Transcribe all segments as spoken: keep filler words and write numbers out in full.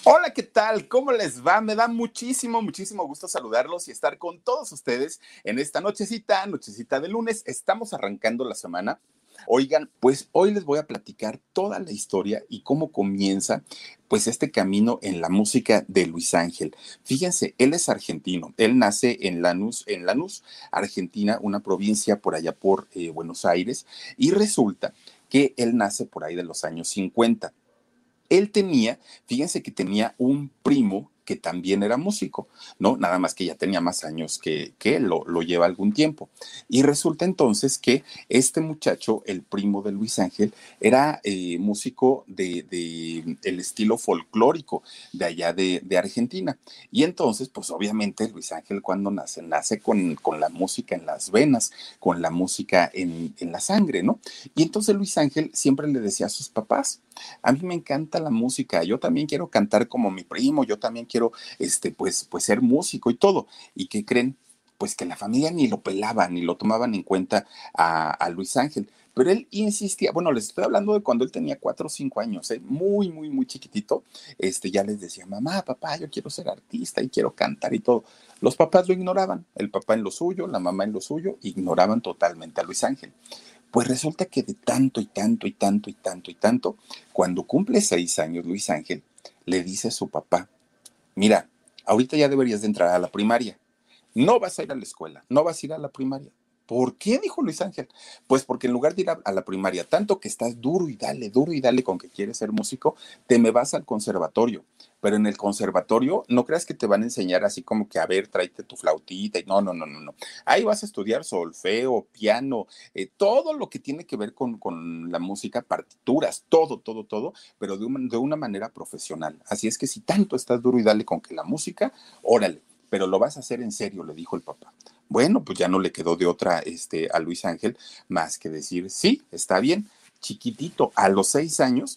Hola, ¿qué tal? ¿Cómo les va? Me da muchísimo, muchísimo gusto saludarlos y estar con todos ustedes en esta nochecita, nochecita de lunes. Estamos arrancando la semana. Oigan, pues hoy les voy a platicar toda la historia y cómo comienza pues este camino en la música de Luis Ángel. Fíjense, él es argentino, él nace en Lanús, en Lanús, Argentina, una provincia por allá por eh, Buenos Aires, y resulta que él nace por ahí de los años cincuenta. Él tenía, fíjense que tenía un primo que también era músico, ¿no? Nada más que ya tenía más años que, que él, lo, lo lleva algún tiempo. Y resulta entonces que este muchacho, el primo de Luis Ángel, era eh, músico de, de, el estilo folclórico de allá de, de Argentina. Y entonces, pues obviamente Luis Ángel cuando nace, nace con, con la música en las venas, con la música en, en la sangre, ¿no? Y entonces Luis Ángel siempre le decía a sus papás, a mí me encanta la música, yo también quiero cantar como mi primo, yo también quiero, este, pues, pues ser músico y todo. ¿Y qué creen? Pues que la familia ni lo pelaba, ni lo tomaban en cuenta a, a Luis Ángel. Pero él insistía, bueno, les estoy hablando de cuando él tenía cuatro o cinco años, ¿eh? Muy, muy, muy chiquitito, este, ya les decía, mamá, papá, yo quiero ser artista y quiero cantar y todo. Los papás lo ignoraban, el papá en lo suyo, la mamá en lo suyo, ignoraban totalmente a Luis Ángel. Pues resulta que de tanto y tanto y tanto y tanto y tanto, cuando cumple seis años Luis Ángel, le dice a su papá, mira, ahorita ya deberías de entrar a la primaria. No vas a ir a la escuela, no vas a ir a la primaria. ¿Por qué? Dijo Luis Ángel. Pues porque en lugar de ir a, a la primaria, tanto que estás duro y dale, duro y dale con que quieres ser músico, te me vas al conservatorio. Pero en el conservatorio no creas que te van a enseñar así como que, a ver, tráete tu flautita y no, no, no, no, no. Ahí vas a estudiar solfeo, piano, eh, todo lo que tiene que ver con, con la música, partituras, todo, todo, todo, pero de, un, de una manera profesional. Así es que si tanto estás duro y dale con que la música, órale, pero lo vas a hacer en serio, le dijo el papá. Bueno, pues ya no le quedó de otra este, a Luis Ángel más que decir, sí, está bien, chiquitito, a los seis años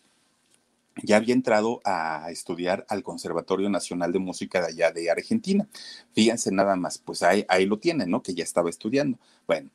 ya había entrado a estudiar al Conservatorio Nacional de Música de allá de Argentina. Fíjense nada más, pues ahí, ahí lo tienen, ¿no? Que ya estaba estudiando. Bueno,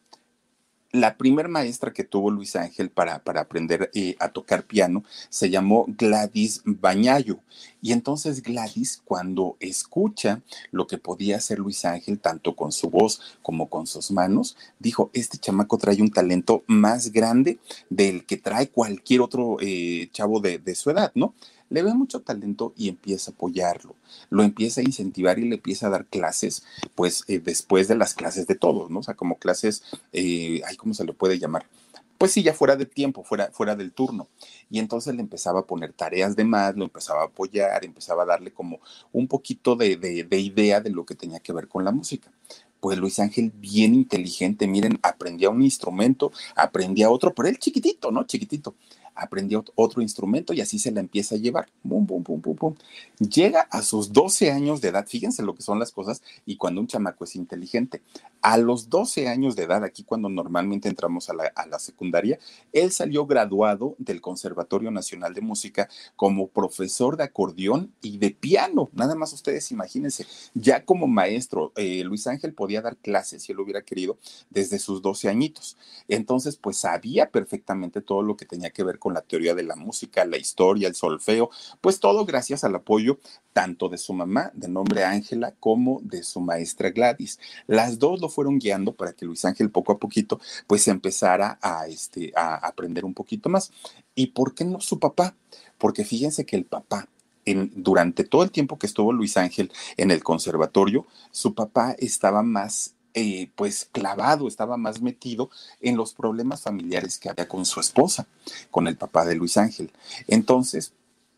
la primer maestra que tuvo Luis Ángel para, para aprender eh, a tocar piano se llamó Gladys Bañayo. Y entonces Gladys, cuando escucha lo que podía hacer Luis Ángel, tanto con su voz como con sus manos, dijo, este chamaco trae un talento más grande del que trae cualquier otro eh, chavo de, de su edad, ¿no? Le ve mucho talento y empieza a apoyarlo, lo empieza a incentivar y le empieza a dar clases, pues eh, después de las clases de todos, ¿no? O sea, como clases eh, ay, ¿cómo se le puede llamar? Pues sí, ya fuera de tiempo, fuera, fuera del turno. Y entonces le empezaba a poner tareas de más, lo empezaba a apoyar, empezaba a darle como un poquito de, de, de idea de lo que tenía que ver con la música. Pues Luis Ángel, bien inteligente, miren, aprendía un instrumento, aprendía otro, pero él chiquitito, ¿no? Chiquitito. Aprendía otro instrumento y así se la empieza a llevar. Bum, bum, bum, bum, bum. Llega a sus doce años de edad, fíjense lo que son las cosas y cuando un chamaco es inteligente. A los doce años de edad, aquí cuando normalmente entramos a la, a la secundaria, él salió graduado del Conservatorio Nacional de Música como profesor de acordeón y de piano. Nada más ustedes imagínense, ya como maestro, eh, Luis Ángel podía dar clases, si él hubiera querido, desde sus doce añitos. Entonces, pues sabía perfectamente todo lo que tenía que ver con la teoría de la música, la historia, el solfeo, pues todo gracias al apoyo tanto de su mamá, de nombre Ángela, como de su maestra Gladys. Las dos lo fueron guiando para que Luis Ángel poco a poquito pues empezara a, este, a aprender un poquito más. ¿Y por qué no su papá? Porque fíjense que el papá, en, durante todo el tiempo que estuvo Luis Ángel en el conservatorio, su papá estaba más eh, pues clavado, estaba más metido en los problemas familiares que había con su esposa, con el papá de Luis Ángel. Entonces,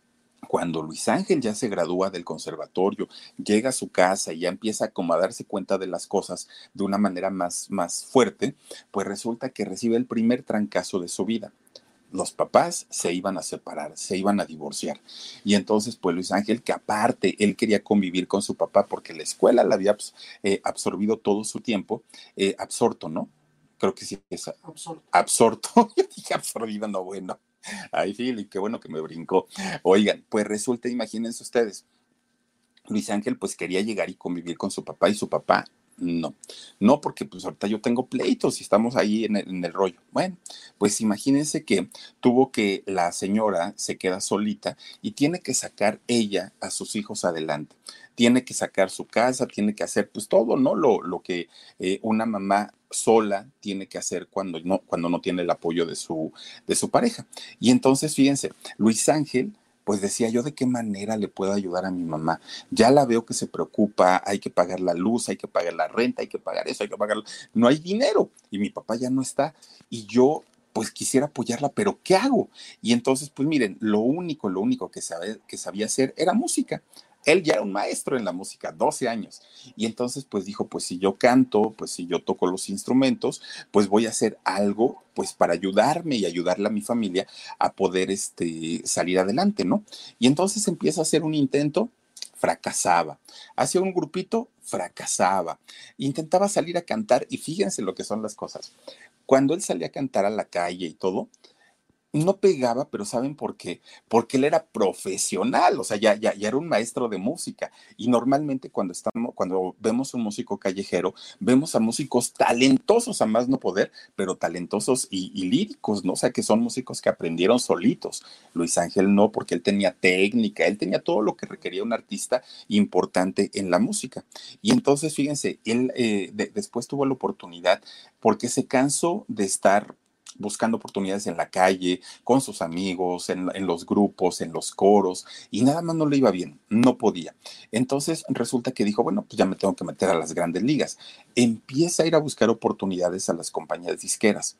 cuando Luis Ángel ya se gradúa del conservatorio, llega a su casa y ya empieza como a darse cuenta de las cosas de una manera más, más fuerte, pues resulta que recibe el primer trancazo de su vida. Los papás se iban a separar, se iban a divorciar. Y entonces, pues Luis Ángel, que aparte él quería convivir con su papá porque la escuela le había eh, absorbido todo su tiempo, eh, absorto, ¿no? Creo que sí es absorto. Absorto. Yo dije absorbido, no, bueno. Ay, Philip, qué bueno que me brincó. Oigan, pues resulta, imagínense ustedes, Luis Ángel pues quería llegar y convivir con su papá y su papá No, no, porque pues ahorita yo tengo pleitos y estamos ahí en el, en el rollo. Bueno, pues imagínense que tuvo que la señora se queda solita y tiene que sacar ella a sus hijos adelante. Tiene que sacar su casa, tiene que hacer pues todo, ¿no? Lo, lo que eh, una mamá sola tiene que hacer cuando no, cuando no tiene el apoyo de su, de su pareja. Y entonces, fíjense, Luis Ángel, pues decía yo de qué manera le puedo ayudar a mi mamá. Ya la veo que se preocupa, hay que pagar la luz, hay que pagar la renta, hay que pagar eso, hay que pagar... No hay dinero y mi papá ya no está y yo pues quisiera apoyarla, pero ¿qué hago? Y entonces, pues miren, lo único, lo único que, sabe, que sabía hacer era música. Él ya era un maestro en la música, doce años. Y entonces, pues dijo, pues si yo canto, pues si yo toco los instrumentos, pues voy a hacer algo, pues para ayudarme y ayudarle a mi familia a poder este, salir adelante, ¿no? Y entonces empieza a hacer un intento, fracasaba. Hacía un grupito, fracasaba. Intentaba salir a cantar y fíjense lo que son las cosas. Cuando él salía a cantar a la calle y todo, no pegaba, pero ¿saben por qué? Porque él era profesional, o sea, ya, ya, ya era un maestro de música. Y normalmente cuando estamos, cuando vemos un músico callejero, vemos a músicos talentosos a más no poder, pero talentosos y, y líricos, ¿no? O sea, que son músicos que aprendieron solitos. Luis Ángel no, porque él tenía técnica, él tenía todo lo que requería un artista importante en la música. Y entonces, fíjense, él eh, de, después tuvo la oportunidad porque se cansó de estar buscando oportunidades en la calle, con sus amigos, en, en, los grupos, en los coros, y nada más no le iba bien, no podía. Entonces resulta que dijo, bueno, pues ya me tengo que meter a las grandes ligas. Empieza a ir a buscar oportunidades a las compañías disqueras.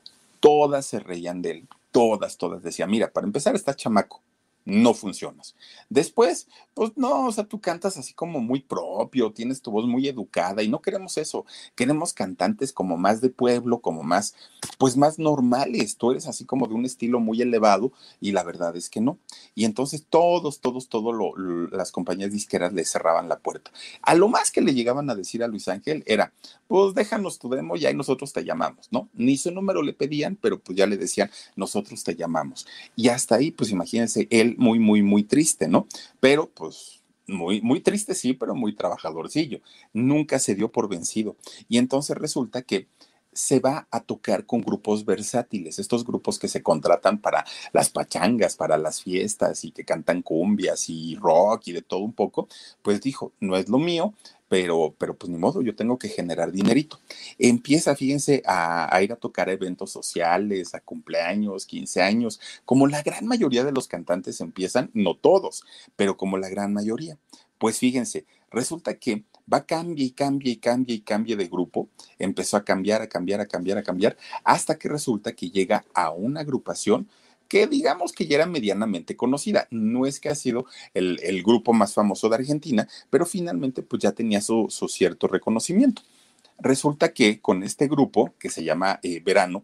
Todas se reían de él, todas, todas. Decía, mira, para empezar está chamaco, no funcionas. Después, pues no, o sea, tú cantas así como muy propio, tienes tu voz muy educada y no queremos eso. Queremos cantantes como más de pueblo, como más, pues más normales. Tú eres así como de un estilo muy elevado y la verdad es que no. Y entonces todos, todos, todos lo, lo, las compañías disqueras le cerraban la puerta. A lo más que le llegaban a decir a Luis Ángel era, pues déjanos tu demo y ahí nosotros te llamamos, ¿no? Ni su número le pedían, pero pues ya le decían, nosotros te llamamos. Y hasta ahí, pues imagínense, él muy, muy, muy triste, ¿no? Pero pues muy, muy triste, sí, pero muy trabajadorcillo. Nunca se dio por vencido. Y entonces resulta que se va a tocar con grupos versátiles, estos grupos que se contratan para las pachangas, para las fiestas y que cantan cumbias y rock y de todo un poco, pues dijo, no es lo mío, pero, pero pues ni modo, yo tengo que generar dinerito. Empieza, fíjense, a, a ir a tocar a eventos sociales, a cumpleaños, quince años, como la gran mayoría de los cantantes empiezan, no todos, pero como la gran mayoría. Pues fíjense, resulta que va cambie y cambie y cambie y cambie de grupo, empezó a cambiar, a cambiar, a cambiar, a cambiar, hasta que resulta que llega a una agrupación que digamos que ya era medianamente conocida. No es que ha sido el, el grupo más famoso de Argentina, pero finalmente pues ya tenía su, su cierto reconocimiento. Resulta que con este grupo, que se llama eh, Verano,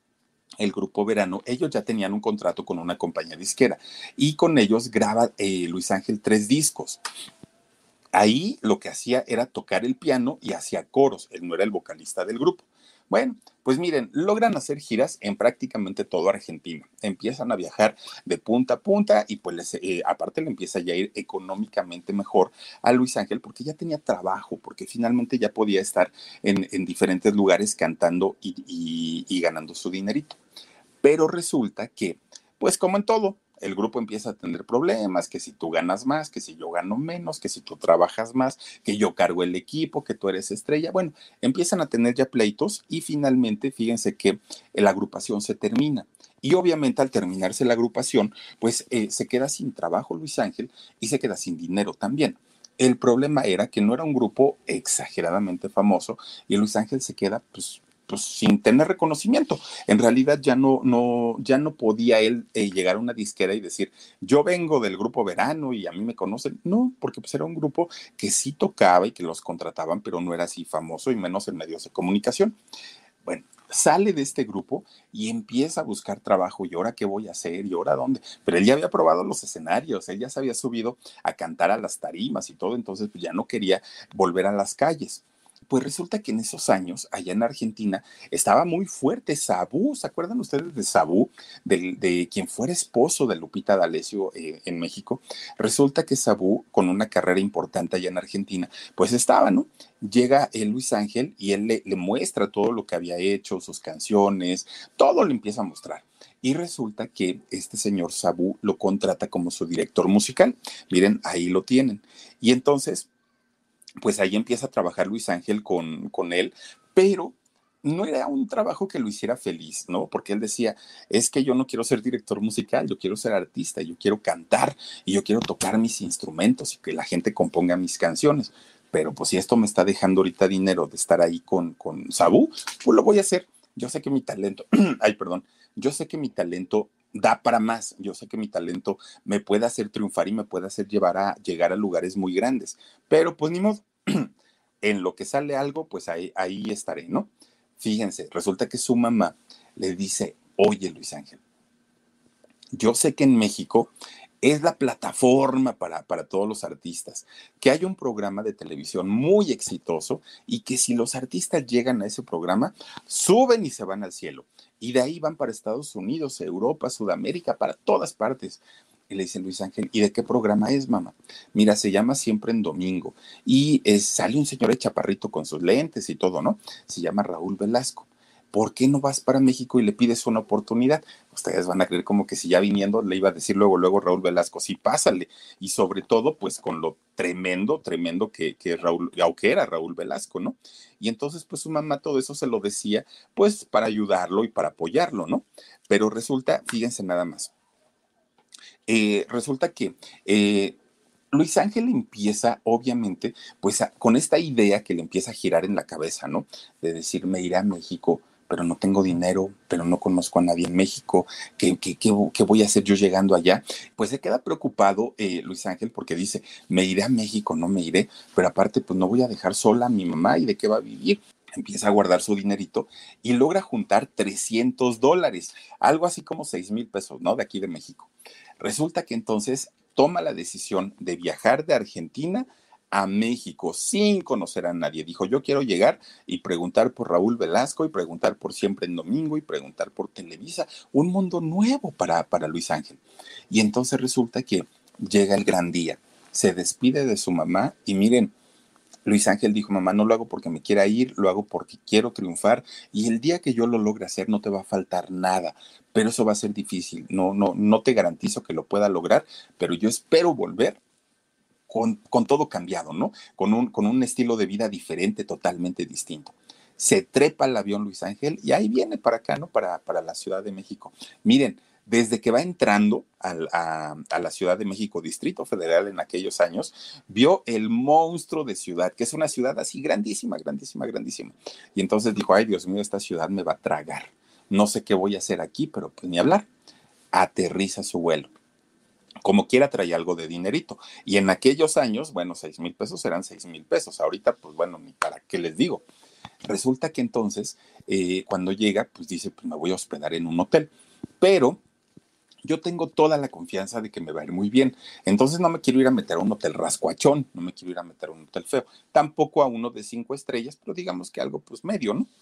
el grupo Verano, ellos ya tenían un contrato con una compañía disquera y con ellos graba eh, Luis Ángel tres discos. Ahí lo que hacía era tocar el piano y hacía coros, él no era el vocalista del grupo. Bueno, pues miren, logran hacer giras en prácticamente todo Argentina. Empiezan a viajar de punta a punta y pues les, eh, aparte le empieza ya a ir económicamente mejor a Luis Ángel porque ya tenía trabajo, porque finalmente ya podía estar en, en diferentes lugares cantando y, y, y ganando su dinerito. Pero resulta que, pues como en todo, el grupo empieza a tener problemas, que si tú ganas más, que si yo gano menos, que si tú trabajas más, que yo cargo el equipo, que tú eres estrella. Bueno, empiezan a tener ya pleitos y finalmente, fíjense que la agrupación se termina. Y obviamente al terminarse la agrupación, pues eh, se queda sin trabajo Luis Ángel y se queda sin dinero también. El problema era que no era un grupo exageradamente famoso y Luis Ángel se queda pues pues sin tener reconocimiento. En realidad ya no, no, ya no podía él eh, llegar a una disquera y decir, yo vengo del grupo Verano y a mí me conocen. No, porque pues era un grupo que sí tocaba y que los contrataban, pero no era así famoso y menos en medios de comunicación. Bueno, sale de este grupo y empieza a buscar trabajo. ¿Y ahora qué voy a hacer? ¿Y ahora dónde? Pero él ya había probado los escenarios, él ya se había subido a cantar a las tarimas y todo, entonces pues ya no quería volver a las calles. Pues resulta que en esos años, allá en Argentina, estaba muy fuerte Sabú. ¿Se acuerdan ustedes de Sabú? Del- de quien fuera esposo de Lupita D'Alessio eh, en México. Resulta que Sabú, con una carrera importante allá en Argentina, pues estaba, ¿no? Llega el Luis Ángel y él le, le muestra todo lo que había hecho, sus canciones, todo le empieza a mostrar. Y resulta que este señor Sabú lo contrata como su director musical. Miren, ahí lo tienen. Y entonces pues ahí empieza a trabajar Luis Ángel con, con él, pero no era un trabajo que lo hiciera feliz, ¿no? Porque él decía, es que yo no quiero ser director musical, yo quiero ser artista, yo quiero cantar y yo quiero tocar mis instrumentos y que la gente componga mis canciones. Pero pues si esto me está dejando ahorita dinero de estar ahí con, con Sabú, pues lo voy a hacer. Yo sé que mi talento, ay, perdón, yo sé que mi talento da para más, yo sé que mi talento me puede hacer triunfar y me puede hacer llevar a, llegar a lugares muy grandes, pero pues ni modo, en lo que sale algo, pues ahí, ahí estaré, ¿no? Fíjense, resulta que su mamá le dice, oye Luis Ángel, yo sé que en México es la plataforma para, para todos los artistas, que hay un programa de televisión muy exitoso y que si los artistas llegan a ese programa, suben y se van al cielo. Y de ahí van para Estados Unidos, Europa, Sudamérica, para todas partes. Y le dice Luis Ángel, ¿y de qué programa es, mamá? Mira, se llama Siempre en Domingo. Y eh, sale un señor de chaparrito con sus lentes y todo, ¿no? Se llama Raúl Velasco. ¿Por qué no vas para México y le pides una oportunidad? Ustedes van a creer como que si ya viniendo le iba a decir luego, luego Raúl Velasco, sí, pásale. Y sobre todo, pues con lo tremendo, tremendo que, que Raúl, aunque era Raúl Velasco, ¿no? Y entonces, pues su mamá todo eso se lo decía, pues para ayudarlo y para apoyarlo, ¿no? Pero resulta, fíjense nada más, eh, resulta que eh, Luis Ángel empieza, obviamente, pues a- con esta idea que le empieza a girar en la cabeza, ¿no? De decir, me iré a México, pero no tengo dinero, pero no conozco a nadie en México, ¿qué, qué, qué, qué voy a hacer yo llegando allá? Pues se queda preocupado eh, Luis Ángel porque dice, me iré a México, no me iré, pero aparte, pues no voy a dejar sola a mi mamá y de qué va a vivir. Empieza a guardar su dinerito y logra juntar trescientos dólares, algo así como seis mil pesos, ¿no? De aquí de México. Resulta que entonces toma la decisión de viajar de Argentina a México sin conocer a nadie. Dijo, yo quiero llegar y preguntar por Raúl Velasco y preguntar por Siempre en Domingo y preguntar por Televisa, un mundo nuevo para, para Luis Ángel. Y entonces resulta que llega el gran día, se despide de su mamá y miren, Luis Ángel dijo, mamá, no lo hago porque me quiera ir, lo hago porque quiero triunfar y el día que yo lo logre hacer no te va a faltar nada, pero eso va a ser difícil. No, no, no te garantizo que lo pueda lograr, pero yo espero volver con, con todo cambiado, ¿no? Con un, con un estilo de vida diferente, totalmente distinto. Se trepa al avión Luis Ángel y ahí viene para acá, ¿no? Para, para la Ciudad de México. Miren, desde que va entrando al, a, a, la Ciudad de México, Distrito Federal en aquellos años, vio el monstruo de ciudad, que es una ciudad así grandísima, grandísima, grandísima. Y entonces dijo, ay, Dios mío, esta ciudad me va a tragar. No sé qué voy a hacer aquí, pero pues ni hablar. Aterriza su vuelo como quiera traía algo de dinerito. Y en aquellos años, bueno, seis mil pesos eran seis mil pesos. Ahorita, pues bueno, ni para qué les digo. Resulta que entonces, eh, cuando llega, pues dice, pues me voy a hospedar en un hotel. Pero yo tengo toda la confianza de que me va a ir muy bien. Entonces no me quiero ir a meter a un hotel rascuachón, no me quiero ir a meter a un hotel feo. Tampoco a uno de cinco estrellas, pero digamos que algo pues medio, ¿no?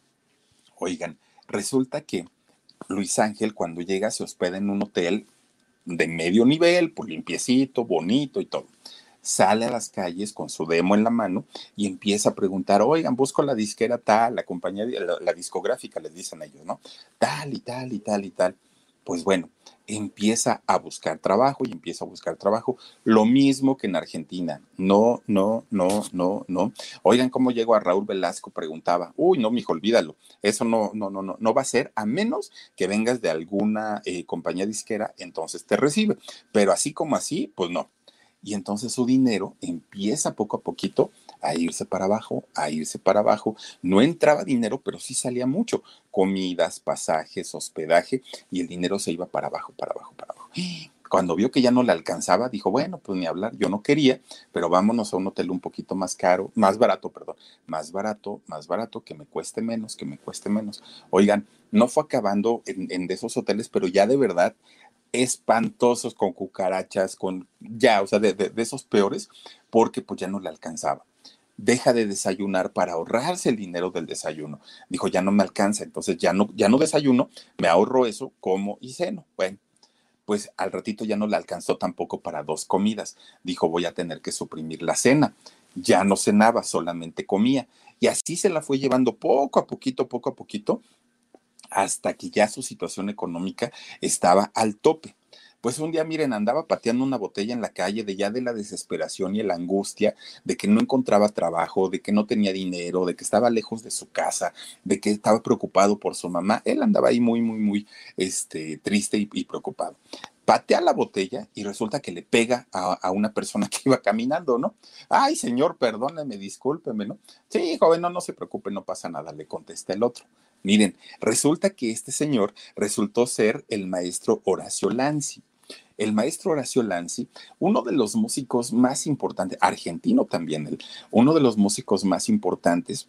Oigan, resulta que Luis Ángel cuando llega se hospeda en un hotel de medio nivel, pues limpiecito, bonito y todo. Sale a las calles con su demo en la mano y empieza a preguntar, oigan, busco la disquera tal, la compañía, la, la discográfica, les dicen ellos, ¿no? Tal y tal y tal y tal. Pues bueno, empieza a buscar trabajo y empieza a buscar trabajo. Lo mismo que en Argentina. No, no, no, no, no. Oigan, ¿cómo llegó a Raúl Velasco? Preguntaba. Uy, no, mijo, olvídalo. Eso no, no, no, no, no va a ser a menos que vengas de alguna eh, compañía disquera, entonces te recibe. Pero así como así, pues no. Y entonces su dinero empieza poco a poquito a irse para abajo, a irse para abajo. No entraba dinero, pero sí salía mucho. Comidas, pasajes, hospedaje, y el dinero se iba para abajo, para abajo, para abajo. Cuando vio que ya no le alcanzaba, dijo, bueno, pues ni hablar, yo no quería, pero vámonos a un hotel un poquito más caro, más barato, perdón, más barato, más barato, que me cueste menos, que me cueste menos. Oigan, no fue acabando en, en de esos hoteles, pero ya de verdad espantosos con cucarachas, con ya, o sea, de, de, de esos peores, porque pues ya no le alcanzaba. deja de desayunar para ahorrarse el dinero del desayuno. Dijo, ya no me alcanza, entonces ya no, ya no desayuno, me ahorro eso, como y ceno. Bueno, pues al ratito ya no le alcanzó tampoco para dos comidas. Dijo, voy a tener que suprimir la cena. Ya no cenaba, solamente comía. Y así se la fue llevando poco a poquito, poco a poquito, hasta que ya su situación económica estaba al tope. Pues un día, miren, andaba pateando una botella en la calle de ya de la desesperación y la angustia de que no encontraba trabajo, de que no tenía dinero, de que estaba lejos de su casa, de que estaba preocupado por su mamá. Él andaba ahí muy, muy, muy este, triste y, y preocupado. Patea la botella y resulta que le pega a, a, una persona que iba caminando, ¿no? Ay, señor, perdóneme, discúlpeme, ¿no? Sí, joven, no, no se preocupe, no pasa nada, le contesta el otro. Miren, resulta que este señor resultó ser el maestro Horacio Lanzi. El maestro Horacio Lanzi, uno de los músicos más importantes, argentino también, él, uno de los músicos más importantes.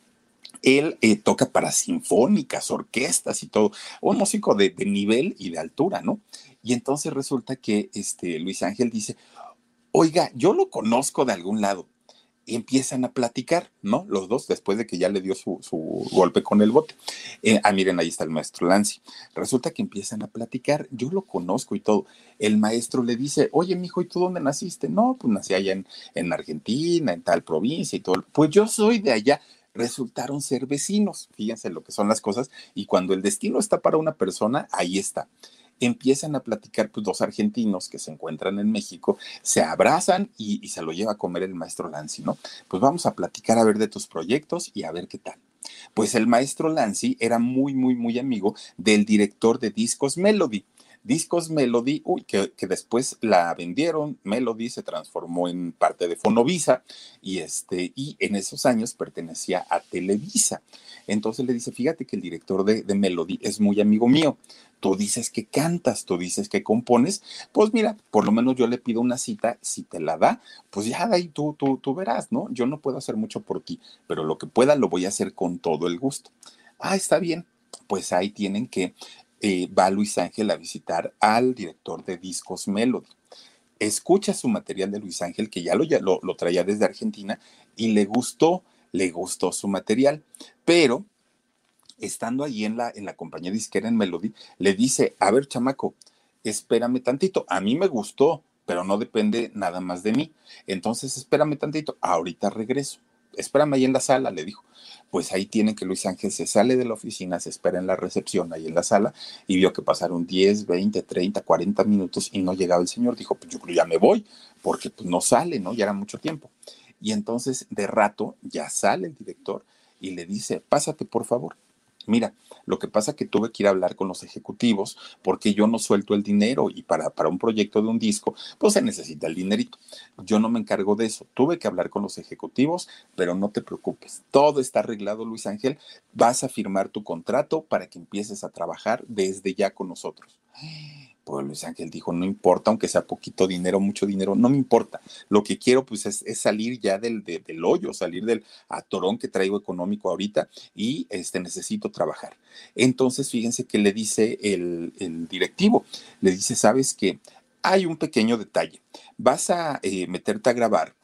Él eh, toca para sinfónicas, orquestas y todo, un músico de, de nivel y de altura, ¿no? Y entonces resulta que este, Luis Ángel dice, oiga, yo lo conozco de algún lado. Y empiezan a platicar, ¿no? Los dos, después de que ya le dio su, su golpe con el bote. Eh, ah, miren, ahí está el maestro Lanzi. Resulta que empiezan a platicar, yo lo conozco y todo. El maestro le dice, oye, mijo, ¿y tú dónde naciste? No, pues nací allá en, en Argentina, en tal provincia y todo. Pues yo soy de allá. Resultaron ser vecinos, fíjense lo que son las cosas, y cuando el destino está para una persona, ahí está. Empiezan a platicar pues dos argentinos que se encuentran en México, se abrazan y, y se lo lleva a comer el maestro Lanzi, ¿no? Pues vamos a platicar a ver de tus proyectos y a ver qué tal. Pues el maestro Lanzi era muy, muy, muy amigo del director de Discos Melody. Discos Melody, uy, que, que después la vendieron, Melody se transformó en parte de Fonovisa y, este, y en esos años pertenecía a Televisa. Entonces le dice, fíjate que el director de, de Melody es muy amigo mío. Tú dices que cantas, tú dices que compones, pues mira, por lo menos yo le pido una cita, si te la da, pues ya de ahí tú, tú, tú verás, ¿no? Yo no puedo hacer mucho por ti, pero lo que pueda lo voy a hacer con todo el gusto. Ah, está bien, pues ahí tienen que, eh, va Luis Ángel a visitar al director de Discos Melody. Escucha su material de Luis Ángel, que ya lo, ya lo, lo traía desde Argentina, y le gustó, le gustó su material, pero estando allí en la, en la compañía disquera en Melody, le dice, a ver, chamaco, espérame tantito, a mí me gustó, pero no depende nada más de mí. Entonces, espérame tantito, ahorita regreso. Espérame ahí en la sala, le dijo. Pues ahí tienen que Luis Ángel se sale de la oficina, se espera en la recepción, ahí en la sala, y vio que pasaron diez, veinte, treinta, cuarenta minutos y no llegaba el señor. Dijo, pues yo creo ya me voy, porque pues no sale, ¿no? Ya era mucho tiempo. Y entonces, de rato, ya sale el director y le dice, pásate, por favor. Mira, lo que pasa es que tuve que ir a hablar con los ejecutivos porque yo no suelto el dinero y para, para un proyecto de un disco, pues se necesita el dinerito. Yo no me encargo de eso. Tuve que hablar con los ejecutivos, pero no te preocupes. Todo está arreglado, Luis Ángel. Vas a firmar tu contrato para que empieces a trabajar desde ya con nosotros. Pues Luis Ángel dijo, no importa, aunque sea poquito dinero, mucho dinero, no me importa. Lo que quiero pues es, es salir ya del, de, del hoyo, salir del atorón que traigo económico ahorita y este, necesito trabajar. Entonces, fíjense que le dice el, el directivo, le dice, ¿sabes qué? Hay un pequeño detalle. Vas a eh, meterte a grabar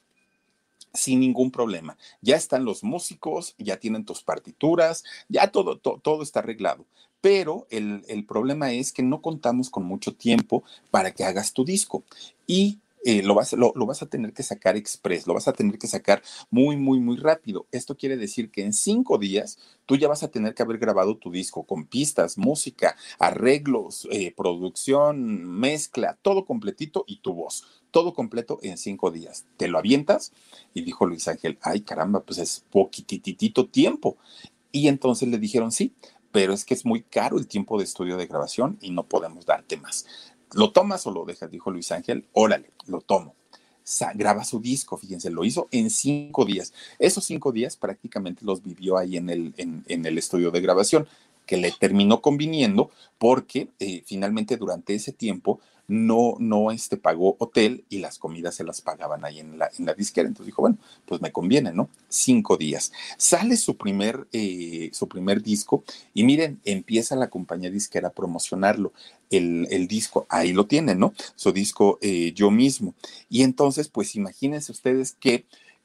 sin ningún problema. Ya están los músicos, ya tienen tus partituras, ya todo, to, todo está arreglado. Pero el, el, problema es que no contamos con mucho tiempo para que hagas tu disco. Y eh, lo, vas, lo, lo vas a tener que sacar express, lo vas a tener que sacar muy, muy, muy rápido. Esto quiere decir que en cinco días tú ya vas a tener que haber grabado tu disco con pistas, música, arreglos, eh, producción, mezcla, todo completito y tu voz. Todo completo en cinco días. ¿Te lo avientas? Y dijo Luis Ángel, ay caramba, pues es poquititito tiempo. Y entonces le dijeron, sí, pero es que es muy caro el tiempo de estudio de grabación y no podemos darte más. ¿Lo tomas o lo dejas? Dijo Luis Ángel, órale, lo tomo. Sa graba su disco, fíjense, lo hizo en cinco días. Esos cinco días prácticamente los vivió ahí en el, en, en el estudio de grabación, que le terminó conviniendo porque eh, finalmente durante ese tiempo no, no este, pagó hotel y las comidas se las pagaban ahí en la, en la disquera. Entonces dijo, bueno, pues me conviene, ¿no? Cinco días. Sale su primer, eh, su primer disco y miren, empieza la compañía disquera a promocionarlo. El, el disco, ahí lo tienen, ¿no? Su disco eh, Yo Mismo. Y entonces, pues imagínense ustedes que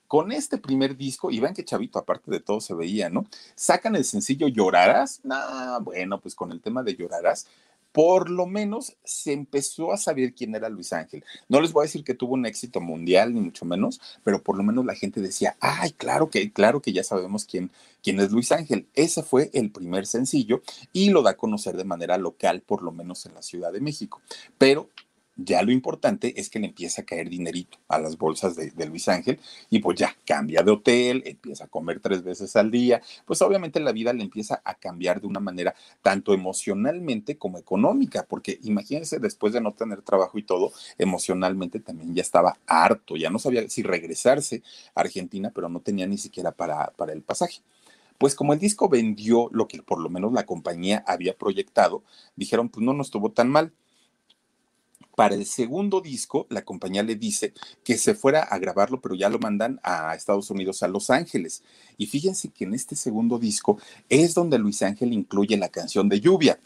Con este primer disco, y vean que chavito, aparte de todo, se veía, ¿no? Sacan el sencillo Llorarás. Nah, bueno, pues con el tema de Llorarás, por lo menos se empezó a saber quién era Luis Ángel. No les voy a decir que tuvo un éxito mundial, ni mucho menos, pero por lo menos la gente decía, ay, claro que, claro que ya sabemos quién, quién es Luis Ángel. Ese fue el primer sencillo y lo da a conocer de manera local, por lo menos en la Ciudad de México. Pero ya lo importante es que le empieza a caer dinerito a las bolsas de, de Luis Ángel y pues ya cambia de hotel, empieza a comer tres veces al día, pues obviamente la vida le empieza a cambiar de una manera tanto emocionalmente como económica, porque imagínense después de no tener trabajo y todo, emocionalmente también ya estaba harto, ya no sabía si regresarse a Argentina, pero no tenía ni siquiera para, para el pasaje. Pues como el disco vendió lo que por lo menos la compañía había proyectado, dijeron, pues no nos estuvo tan mal. Para el segundo disco, la compañía le dice que se fuera a grabarlo, pero ya lo mandan a Estados Unidos, a Los Ángeles. Y fíjense que en este segundo disco es donde Luis Ángel incluye la canción de Lluvia,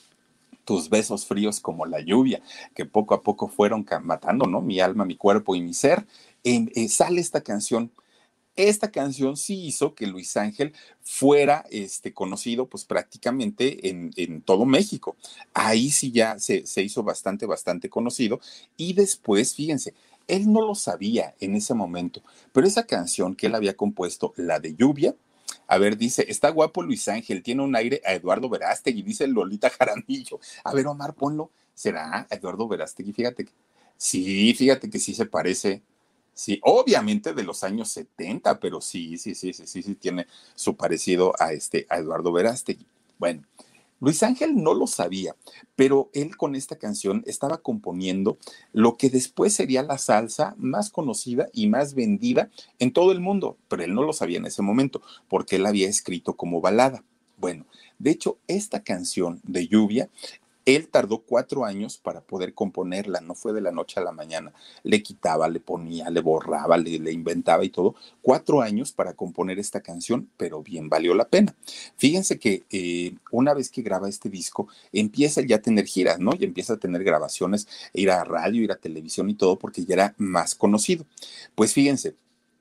tus besos fríos como la lluvia, que poco a poco fueron matando, ¿no? Mi alma, mi cuerpo y mi ser. Eh, eh, sale esta canción. Esta canción sí hizo que Luis Ángel fuera este, conocido pues prácticamente en, en todo México. Ahí sí ya se, se hizo bastante, bastante conocido. Y después, fíjense, él no lo sabía en ese momento, pero esa canción que él había compuesto, la de Lluvia, a ver, dice, está guapo Luis Ángel, tiene un aire a Eduardo Verástegui, dice Lolita Jaramillo. A ver, Omar, ponlo. ¿Será Eduardo Verástegui? Fíjate que sí, fíjate que sí se parece. Sí, obviamente de los años setenta, pero sí, sí, sí, sí, sí, sí tiene su parecido a este, a Eduardo Verástegui. Bueno, Luis Ángel no lo sabía, pero él con esta canción estaba componiendo lo que después sería la salsa más conocida y más vendida en todo el mundo, pero él no lo sabía en ese momento, porque él la había escrito como balada. Bueno, de hecho, esta canción de Lluvia él tardó cuatro años para poder componerla, no fue de la noche a la mañana. Le quitaba, le ponía, le borraba, le, le inventaba y todo. Cuatro años para componer esta canción, pero bien valió la pena. Fíjense que eh, una vez que graba este disco, empieza ya a tener giras, ¿no? Y empieza a tener grabaciones, ir a radio, ir a televisión y todo, porque ya era más conocido. Pues fíjense,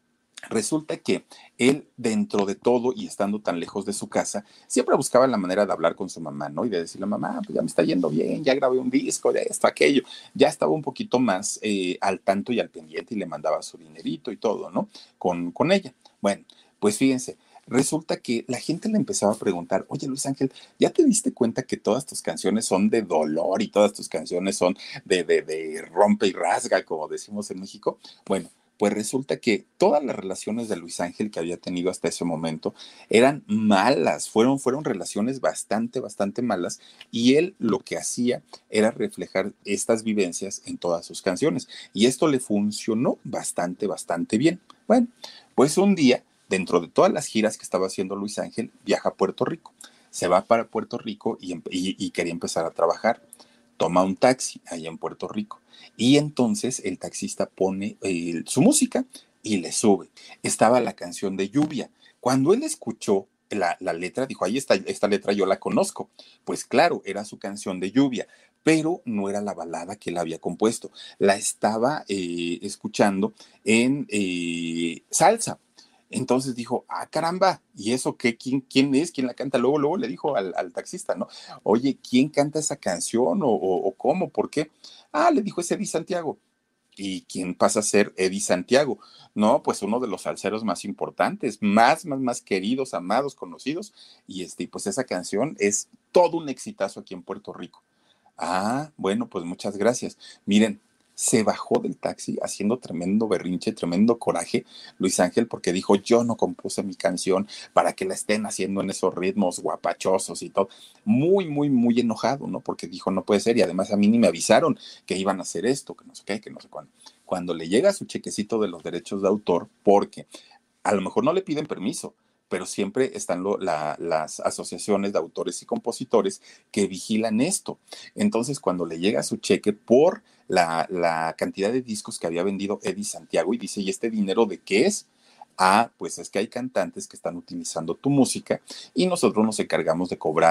resulta que él, dentro de todo y estando tan lejos de su casa, siempre buscaba la manera de hablar con su mamá, ¿no? Y de decirle, mamá, pues ya me está yendo bien, ya grabé un disco de esto, aquello. Ya estaba un poquito más eh, al tanto y al pendiente y le mandaba su dinerito y todo, ¿no? Con, con ella. Bueno, pues fíjense. Resulta que la gente le empezaba a preguntar, oye Luis Ángel, ¿ya te diste cuenta que todas tus canciones son de dolor y todas tus canciones son de, de, de rompe y rasga, como decimos en México? Bueno, pues resulta que todas las relaciones de Luis Ángel que había tenido hasta ese momento eran malas, fueron, fueron relaciones bastante, bastante malas, y él lo que hacía era reflejar estas vivencias en todas sus canciones, y esto le funcionó bastante, bastante bien. Bueno, pues un día, dentro de todas las giras que estaba haciendo Luis Ángel, viaja a Puerto Rico, se va para Puerto Rico y, y, y quería empezar a trabajar. Toma un taxi allá en Puerto Rico y entonces el taxista pone eh, su música y le sube. Estaba la canción de Lluvia. Cuando él escuchó la, la letra, dijo, ahí está, esta letra yo la conozco. Pues claro, era su canción de Lluvia, pero no era la balada que él había compuesto. La estaba eh, escuchando en eh, salsa. Entonces dijo, ah, caramba, ¿y eso qué? ¿Quién, quién es? ¿Quién la canta? Luego, luego le dijo al, al taxista, ¿no? Oye, ¿quién canta esa canción? ¿O, o, o cómo? ¿Por qué? Ah, le dijo, es Eddie Santiago. ¿Y quién pasa a ser Eddie Santiago? No, pues uno de los salseros más importantes, más, más, más queridos, amados, conocidos. Y este, pues esa canción es todo un exitazo aquí en Puerto Rico. Ah, bueno, pues muchas gracias. Miren, se bajó del taxi haciendo tremendo berrinche, tremendo coraje, Luis Ángel, porque dijo, yo no compuse mi canción para que la estén haciendo en esos ritmos guapachosos y todo. Muy, muy, muy enojado, ¿no? Porque dijo, no puede ser, y además a mí ni me avisaron que iban a hacer esto, que no sé qué, que no sé cuándo. Cuando le llega su chequecito de los derechos de autor, porque a lo mejor no le piden permiso, pero siempre están lo, la, las asociaciones de autores y compositores que vigilan esto. Entonces, cuando le llega su cheque por la, la cantidad de discos que había vendido Eddie Santiago y dice, ¿y este dinero de qué es? Ah, pues es que hay cantantes que están utilizando tu música y nosotros nos encargamos de cobrar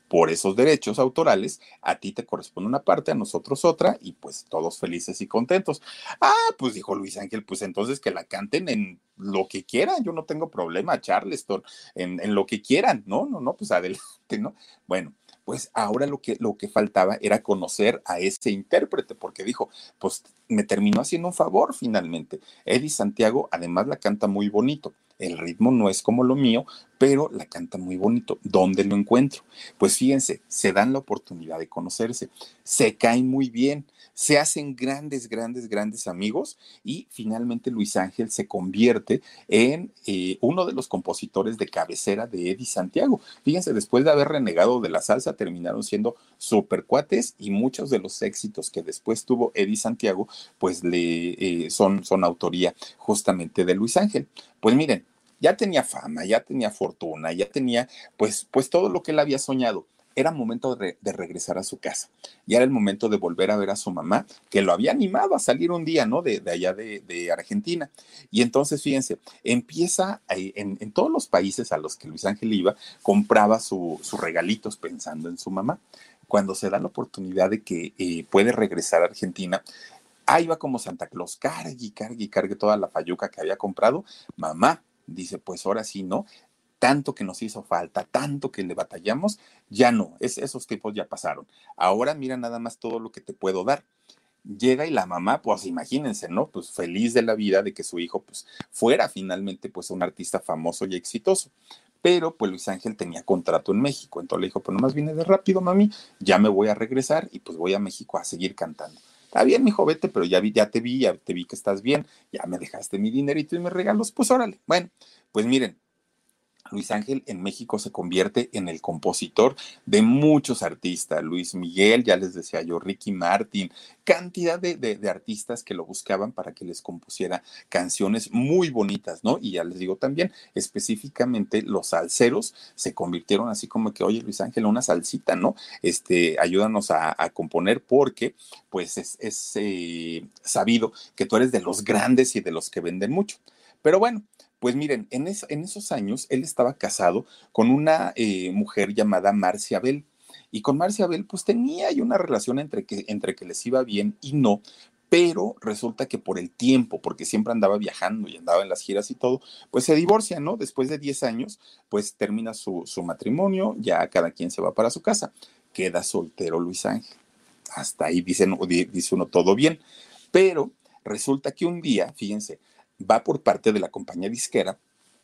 por esos derechos autorales, a ti te corresponde una parte, a nosotros otra, y pues todos felices y contentos. Ah, pues dijo Luis Ángel, pues entonces que la canten en lo que quieran, yo no tengo problema, Charleston, en, en lo que quieran, no, no, no, pues adelante, ¿no? Bueno, pues ahora lo que, lo que faltaba era conocer a ese intérprete, porque dijo, pues me terminó haciendo un favor finalmente. Eddie Santiago además la canta muy bonito. El ritmo no es como lo mío, pero la canta muy bonito. ¿Dónde lo encuentro? Pues fíjense, se dan la oportunidad de conocerse, se caen muy bien, se hacen grandes, grandes, grandes amigos y finalmente Luis Ángel se convierte en eh, uno de los compositores de cabecera de Eddie Santiago. Fíjense, después de haber renegado de la salsa, terminaron siendo super cuates y muchos de los éxitos que después tuvo Eddie Santiago, pues le eh, son, son autoría justamente de Luis Ángel. Pues miren, ya tenía fama, ya tenía fortuna, ya tenía pues, pues todo lo que él había soñado. Era momento de, de, regresar a su casa. Ya era el momento de volver a ver a su mamá, que lo había animado a salir un día, ¿no? De, de allá de, de, Argentina. Y entonces, fíjense, empieza eh, en, en, todos los países a los que Luis Ángel iba, compraba su, sus regalitos pensando en su mamá. Cuando se da la oportunidad de que eh, puede regresar a Argentina, ahí va como Santa Claus, cargue, cargue, cargue toda la fayuca que había comprado. Mamá, dice, pues ahora sí, ¿no? Tanto que nos hizo falta, tanto que le batallamos, ya no, es, esos tiempos ya pasaron. Ahora mira nada más todo lo que te puedo dar. Llega y la mamá, pues imagínense, ¿no? Pues feliz de la vida de que su hijo pues fuera finalmente pues un artista famoso y exitoso. Pero pues Luis Ángel tenía contrato en México, entonces le dijo, pues nomás viene de rápido, mami, ya me voy a regresar y pues voy a México a seguir cantando. Está bien, mijo, vete, pero ya vi, ya te vi, ya te vi que estás bien, ya me dejaste mi dinerito y mis regalos, pues órale. Bueno, pues miren, Luis Ángel en México se convierte en el compositor de muchos artistas, Luis Miguel, ya les decía yo, Ricky Martin, cantidad de, de, de, artistas que lo buscaban para que les compusiera canciones muy bonitas, ¿no? Y ya les digo también, específicamente los salseros se convirtieron así como que, oye, Luis Ángel, una salsita, ¿no? Este, ayúdanos a, a componer porque, pues, es, es eh, sabido que tú eres de los grandes y de los que venden mucho. Pero bueno, pues miren, en, es, en, esos años él estaba casado con una eh, mujer llamada Marcia Bell. Y con Marcia Bell, pues tenía ahí una relación entre que, entre que les iba bien y no, pero resulta que por el tiempo, porque siempre andaba viajando y andaba en las giras y todo, pues se divorcian, ¿no? Después de diez años, pues termina su, su matrimonio, ya cada quien se va para su casa. Queda soltero Luis Ángel. Hasta ahí dicen, dice uno todo bien, pero resulta que un día, fíjense, va por parte de la compañía disquera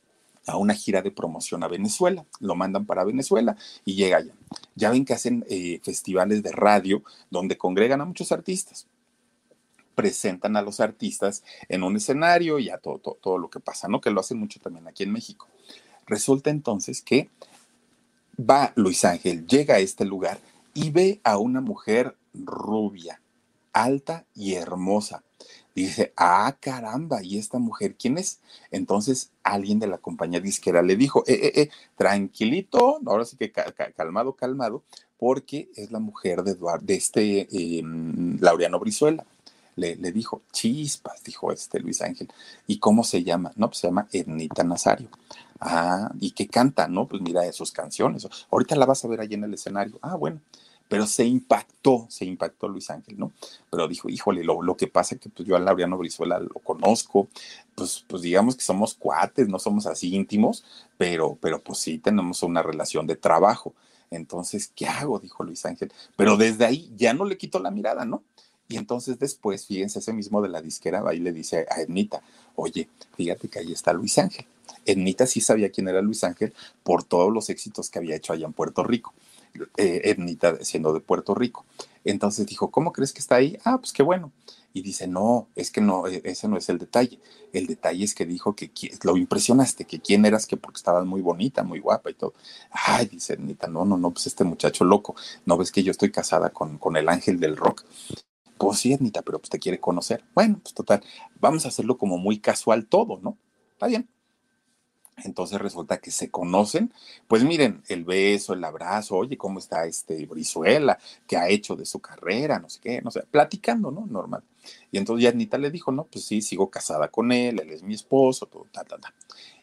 a una gira de promoción a Venezuela. Lo mandan para Venezuela y llega allá. Ya ven que hacen eh, festivales de radio donde congregan a muchos artistas. Presentan a los artistas en un escenario y a todo, todo, todo lo que pasa, ¿no? Que lo hacen mucho también aquí en México. Resulta entonces que va Luis Ángel, llega a este lugar y ve a una mujer rubia, alta y hermosa. Dice, ah, caramba, ¿y esta mujer quién es? Entonces alguien de la compañía disquera le dijo, eh, eh, eh, tranquilito, ahora sí que ca ca calmado, calmado, porque es la mujer de, Eduardo, de este eh, Laureano Brizuela. Le, le dijo, chispas, dijo este Luis Ángel. ¿Y cómo se llama? No, pues se llama Ednita Nazario. Ah, ¿y qué canta? No, pues mira sus canciones. Ahorita la vas a ver ahí en el escenario. Ah, bueno. Pero se impactó, se impactó Luis Ángel, ¿no? Pero dijo, híjole, lo, lo que pasa es que pues yo a Laureano Brizuela lo conozco, pues, pues digamos que somos cuates, no somos así íntimos, pero, pero pues sí tenemos una relación de trabajo. Entonces, ¿qué hago? Dijo Luis Ángel. Pero desde ahí ya no le quitó la mirada, ¿no? Y entonces después, fíjense, ese mismo de la disquera va y le dice a Ednita, oye, fíjate que ahí está Luis Ángel. Ednita sí sabía quién era Luis Ángel por todos los éxitos que había hecho allá en Puerto Rico. Eh, Ednita siendo de Puerto Rico. Entonces dijo, ¿cómo crees que está ahí? Ah, pues qué bueno. Y dice, no, es que no, ese no es el detalle. El detalle es que dijo que lo impresionaste, que quién eras, que porque estabas muy bonita, muy guapa y todo. Ay, dice Ednita, no, no, no, pues este muchacho loco, ¿no ves que yo estoy casada con, con el ángel del rock? Pues sí, Ednita, pero pues te quiere conocer. Bueno, pues total, vamos a hacerlo como muy casual todo, ¿no? Está bien. Entonces resulta que se conocen, pues miren, el beso, el abrazo, oye, ¿cómo está este Brizuela? ¿Qué ha hecho de su carrera? No sé qué, no sé, platicando, ¿no? Normal. Y entonces ya Anita le dijo, no, pues sí, sigo casada con él, él es mi esposo, todo, ta, ta, ta.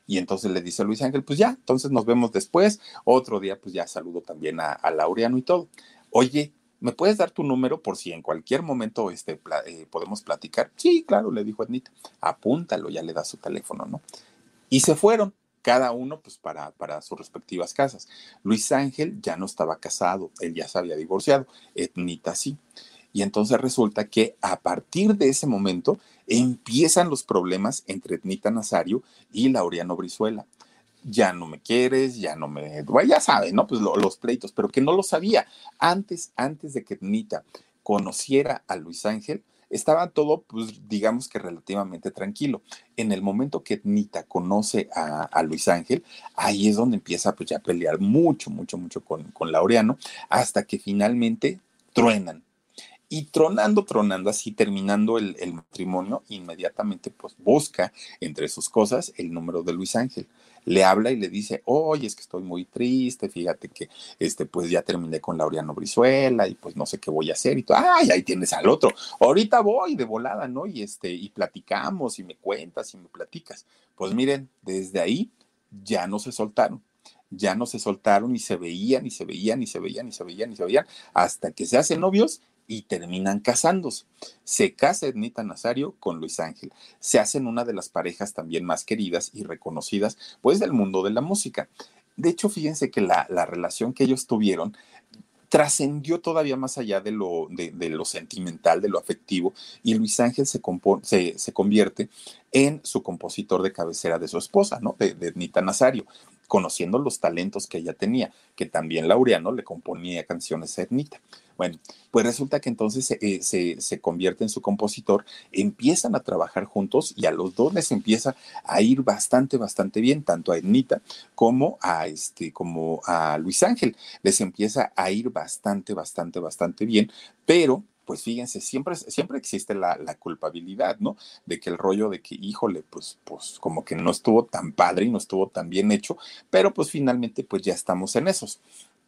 Y entonces le dice a Luis Ángel, pues ya, entonces nos vemos después. Otro día, pues ya saludo también a, a Laureano y todo. Oye, ¿me puedes dar tu número por si en cualquier momento este, pla- eh, podemos platicar? Sí, claro, le dijo Ednita. Apúntalo, ya le da su teléfono, ¿no? Y se fueron, cada uno pues para, para sus respectivas casas. Luis Ángel ya no estaba casado, él ya se había divorciado, Ednita sí. Y entonces resulta que a partir de ese momento empiezan los problemas entre Ednita Nazario y Laureano Brizuela. Ya no me quieres, ya no me, bueno, ya saben, ¿no? Pues lo, los pleitos, pero que no lo sabía. Antes, antes de que Ednita conociera a Luis Ángel, estaba todo, pues digamos que relativamente tranquilo. En el momento que Ednita conoce a, a Luis Ángel, ahí es donde empieza pues ya a pelear mucho, mucho, mucho con, con Laureano, hasta que finalmente truenan. Y tronando, tronando, así terminando el, el matrimonio, inmediatamente pues busca entre sus cosas el número de Luis Ángel. Le habla y le dice, oye, es que estoy muy triste, fíjate que este, pues ya terminé con Laureano Brizuela y pues no sé qué voy a hacer y todo. Ay, ahí tienes al otro. Ahorita voy de volada, ¿no? Y este, y platicamos y me cuentas y me platicas. Pues miren, desde ahí ya no se soltaron. Ya no se soltaron y se veían y se veían y se veían y se veían y se veían hasta que se hacen novios y terminan casándose. Se casa Ednita Nazario con Luis Ángel. Se hacen una de las parejas también más queridas y reconocidas, pues, del mundo de la música. De hecho, fíjense que la, la relación que ellos tuvieron trascendió todavía más allá de lo, de, de lo sentimental, de lo afectivo, y Luis Ángel se, compo- se, se convierte en su compositor de cabecera de su esposa, ¿no? De, de Nita Nazario, conociendo los talentos que ella tenía, que también Laureano le componía canciones a Ednita. Bueno, pues resulta que entonces eh, se, se convierte en su compositor, empiezan a trabajar juntos y a los dos les empieza a ir bastante, bastante bien, tanto a Ednita como a, este, como a Luis Ángel les empieza a ir bastante, bastante, bastante bien, pero pues fíjense, siempre, siempre existe la, la, culpabilidad, ¿no? De que el rollo de que, híjole, pues, pues como que no estuvo tan padre y no estuvo tan bien hecho, pero pues finalmente pues ya estamos en esos.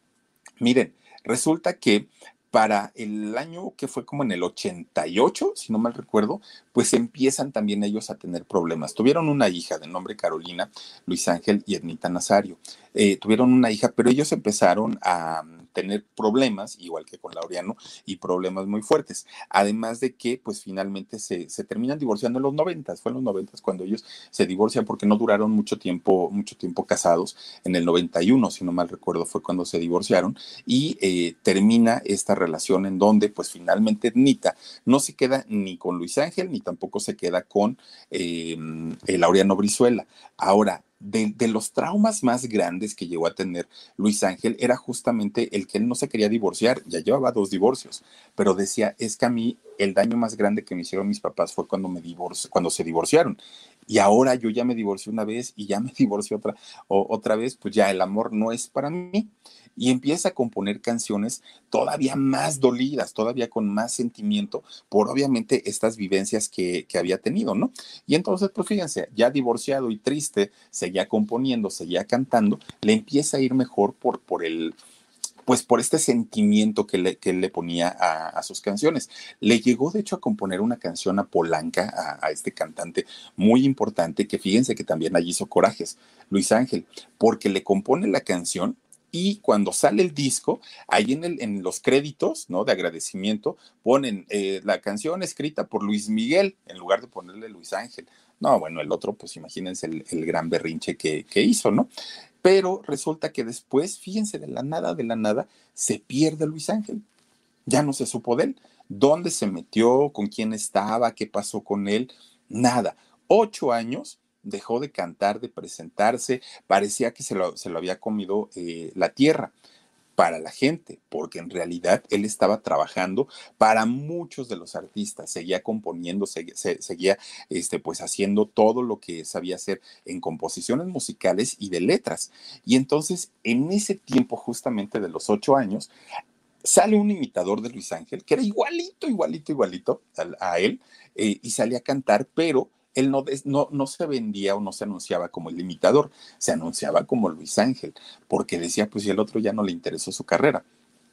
Miren, resulta que para el año que fue como en el ochenta y ocho, si no mal recuerdo, pues empiezan también ellos a tener problemas. Tuvieron una hija de nombre Carolina, Luis Ángel y Ednita Nazario. Eh, tuvieron una hija, pero ellos empezaron a um, tener problemas, igual que con Laureano, y problemas muy fuertes. Además de que, pues finalmente se, se terminan divorciando en los noventas. Fue en los noventas cuando ellos se divorcian porque no duraron mucho tiempo, mucho tiempo casados. En el noventa y uno, si no mal recuerdo, fue cuando se divorciaron y eh, termina esta relación en donde pues finalmente Ednita no se queda ni con Luis Ángel ni tampoco se queda con eh, el Laureano Brizuela. Ahora, de, de, los traumas más grandes que llegó a tener Luis Ángel era justamente el que él no se quería divorciar, ya llevaba dos divorcios, pero decía, es que a mí el daño más grande que me hicieron mis papás fue cuando, me divorci cuando se divorciaron. Y ahora yo ya me divorcié una vez y ya me divorcié otra, o, otra vez, pues ya el amor no es para mí. Y empieza a componer canciones todavía más dolidas, todavía con más sentimiento, por obviamente estas vivencias que, que había tenido, ¿no? Y entonces, pues fíjense, ya divorciado y triste, seguía componiendo, seguía cantando, le empieza a ir mejor por, por el, pues por este sentimiento que le, que él le ponía a, a, sus canciones. Le llegó, de hecho, a componer una canción a Polanca, a, a este cantante muy importante, que fíjense que también allí hizo corajes, Luis Ángel, porque le compone la canción y cuando sale el disco, ahí en, el, en los créditos, ¿no? De agradecimiento, ponen eh, la canción escrita por Luis Miguel, en lugar de ponerle Luis Ángel. No, bueno, el otro, pues imagínense el, el gran berrinche que, que hizo, ¿no? Pero resulta que después, fíjense, de la nada, de la nada, se pierde Luis Ángel. Ya no se supo de él. ¿Dónde se metió? ¿Con quién estaba? ¿Qué pasó con él? Nada. Ocho años dejó de cantar, de presentarse. Parecía que se lo, se lo había comido eh, la tierra para la gente, porque en realidad él estaba trabajando para muchos de los artistas, seguía componiendo, seguía, se, seguía este, pues haciendo todo lo que sabía hacer en composiciones musicales y de letras. Y entonces, en ese tiempo justamente de los ocho años, sale un imitador de Luis Ángel, que era igualito, igualito, igualito a, a él, eh, y salía a cantar, pero él no, no, no se vendía o no se anunciaba como el imitador, se anunciaba como Luis Ángel, porque decía, pues si el otro ya no le interesó su carrera,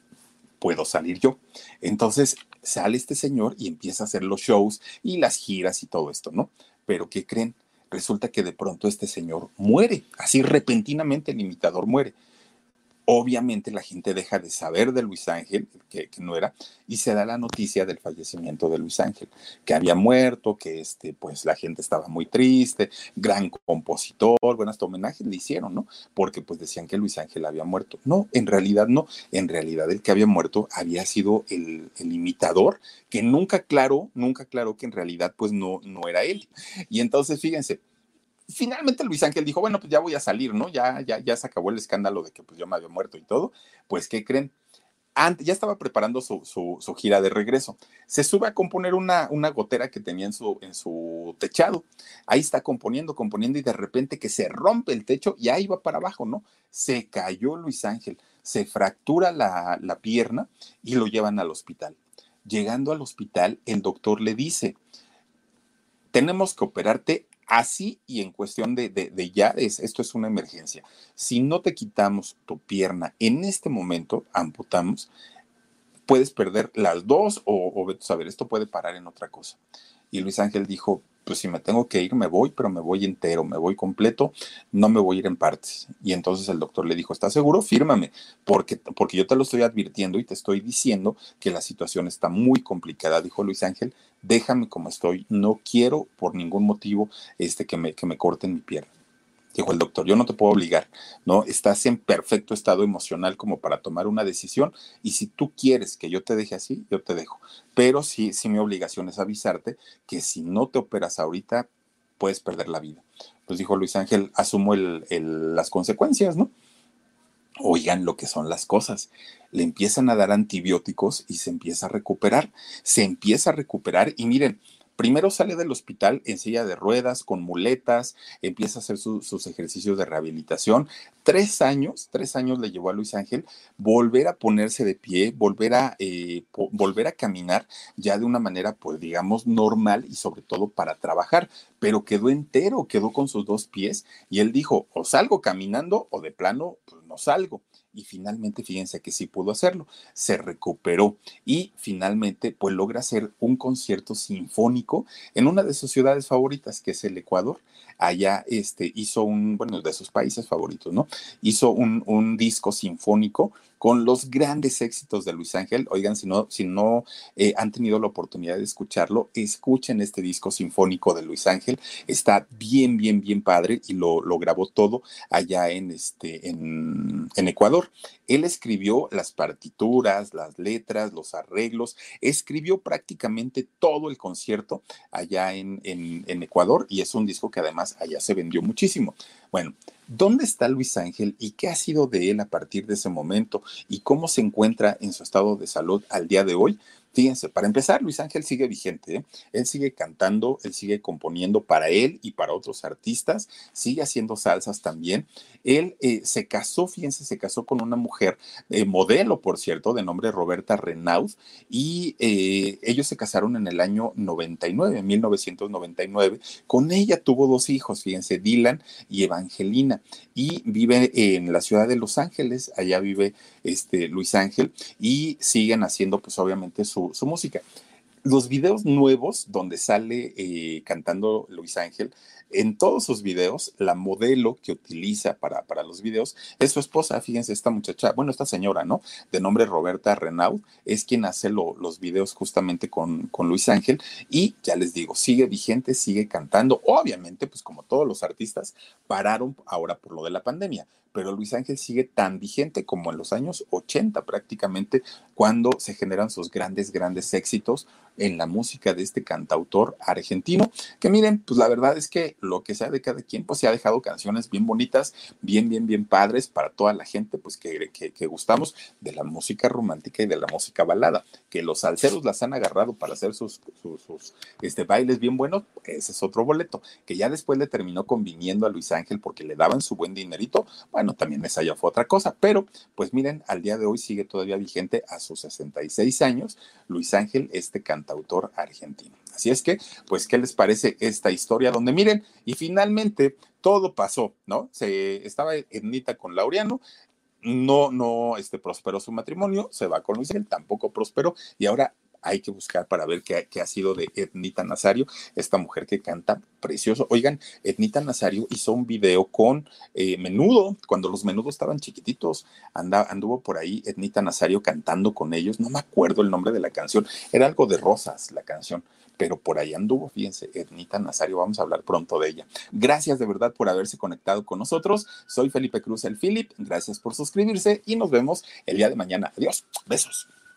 puedo salir yo. Entonces sale este señor y empieza a hacer los shows y las giras y todo esto, ¿no? Pero ¿qué creen? Resulta que de pronto este señor muere, así repentinamente el imitador muere. Obviamente la gente deja de saber de Luis Ángel, que, que, no era, y se da la noticia del fallecimiento de Luis Ángel, que había muerto, que este, pues la gente estaba muy triste, gran compositor, bueno, hasta homenaje le hicieron, ¿no? Porque pues decían que Luis Ángel había muerto. No, en realidad no, en realidad el que había muerto había sido el, el imitador, que nunca aclaró, nunca aclaró que en realidad pues no, no era él. Y entonces, fíjense, finalmente Luis Ángel dijo, bueno, pues ya voy a salir, ¿no? Ya, ya, ya se acabó el escándalo de que pues yo me había muerto y todo. Pues, ¿qué creen? Antes, ya estaba preparando su, su, su, gira de regreso. Se sube a componer una, una gotera que tenía en su, en su techado. Ahí está componiendo, componiendo y de repente que se rompe el techo y ahí va para abajo, ¿no? Se cayó Luis Ángel, se fractura la, la pierna y lo llevan al hospital. Llegando al hospital, el doctor le dice, tenemos que operarte así y en cuestión de, de, de ya, es, esto es una emergencia. Si no te quitamos tu pierna en este momento, amputamos, puedes perder las dos o, o a ver, esto puede parar en otra cosa. Y Luis Ángel dijo, pues si me tengo que ir, me voy, pero me voy entero, me voy completo, no me voy a ir en partes. Y entonces el doctor le dijo, ¿estás seguro? Fírmame, porque, porque yo te lo estoy advirtiendo y te estoy diciendo que la situación está muy complicada, dijo Luis Ángel, déjame como estoy, no quiero por ningún motivo este, que, me, que me corten mi pierna. Dijo el doctor, yo no te puedo obligar, ¿no? Estás en perfecto estado emocional como para tomar una decisión y si tú quieres que yo te deje así, yo te dejo. Pero sí, sí mi obligación es avisarte que si no te operas ahorita, puedes perder la vida. Pues dijo Luis Ángel, asumo el, el, las consecuencias, ¿no? Oigan lo que son las cosas. Le empiezan a dar antibióticos y se empieza a recuperar. Se empieza a recuperar y miren, primero sale del hospital en silla de ruedas, con muletas, empieza a hacer su, sus ejercicios de rehabilitación. Tres años, tres años le llevó a Luis Ángel volver a ponerse de pie, volver a, eh, po volver a caminar ya de una manera, pues digamos, normal y sobre todo para trabajar. Pero quedó entero, quedó con sus dos pies y él dijo, o salgo caminando o de plano, pues no salgo. Y finalmente, fíjense que sí pudo hacerlo, se recuperó y finalmente pues logra hacer un concierto sinfónico en una de sus ciudades favoritas, que es el Ecuador. Allá este, hizo un, bueno, de sus países favoritos, ¿no? Hizo un, un disco sinfónico con los grandes éxitos de Luis Ángel. Oigan, si no, si no eh, han tenido la oportunidad de escucharlo, escuchen este disco sinfónico de Luis Ángel. Está bien, bien, bien padre y lo, lo grabó todo allá en, este, en, en Ecuador. Él escribió las partituras, las letras, los arreglos, escribió prácticamente todo el concierto allá en, en, en Ecuador y es un disco que además allá se vendió muchísimo. Bueno, ¿dónde está Luis Ángel y qué ha sido de él a partir de ese momento y cómo se encuentra en su estado de salud al día de hoy? Fíjense, para empezar, Luis Ángel sigue vigente, ¿eh? Él sigue cantando, él sigue componiendo para él y para otros artistas, sigue haciendo salsas también. Él eh, se casó, fíjense, se casó con una mujer, eh, modelo, por cierto, de nombre Roberta Renaud, y eh, ellos se casaron en el año noventa y nueve, mil novecientos noventa y nueve. Con ella tuvo dos hijos, fíjense, Dylan y Evangelina, y vive en la ciudad de Los Ángeles, allá vive este Luis Ángel, y siguen haciendo, pues obviamente, su, su música. Los videos nuevos donde sale eh, cantando Luis Ángel, en todos sus videos, la modelo que utiliza para, para los videos es su esposa. Fíjense, esta muchacha, bueno, esta señora, ¿no? De nombre Roberta Renaud, es quien hace lo, los videos justamente con, con Luis Ángel. Y ya les digo, sigue vigente, sigue cantando. Obviamente, pues como todos los artistas, pararon ahora por lo de la pandemia. Pero Luis Ángel sigue tan vigente como en los años ochenta prácticamente, cuando se generan sus grandes, grandes éxitos en la música de este cantautor argentino, que miren, pues la verdad es que lo que sea de cada quien, pues se ha dejado canciones bien bonitas, bien, bien, bien padres para toda la gente, pues que, que, que gustamos de la música romántica y de la música balada, que los salseros las han agarrado para hacer sus, sus, sus este, bailes bien buenos, ese es otro boleto, que ya después le terminó conviniendo a Luis Ángel porque le daban su buen dinerito, bueno, también esa ya fue otra cosa, pero pues miren, al día de hoy sigue todavía vigente a sus sesenta y seis años, Luis Ángel, este cantautor argentino. Así es que, pues, ¿qué les parece esta historia? Donde miren, y finalmente todo pasó, ¿no? Se estaba Ednita con Laureano, no, no, este, prosperó su matrimonio, se va con Luis Ángel, tampoco prosperó, y ahora hay que buscar para ver qué, qué ha sido de Ednita Nazario, esta mujer que canta precioso. Oigan, Ednita Nazario hizo un video con eh, Menudo, cuando los Menudos estaban chiquititos, anda, anduvo por ahí Ednita Nazario cantando con ellos, no me acuerdo el nombre de la canción, era algo de Rosas la canción, pero por ahí anduvo, fíjense, Ednita Nazario, vamos a hablar pronto de ella. Gracias de verdad por haberse conectado con nosotros, soy Felipe Cruz el Philip, gracias por suscribirse y nos vemos el día de mañana. Adiós, besos.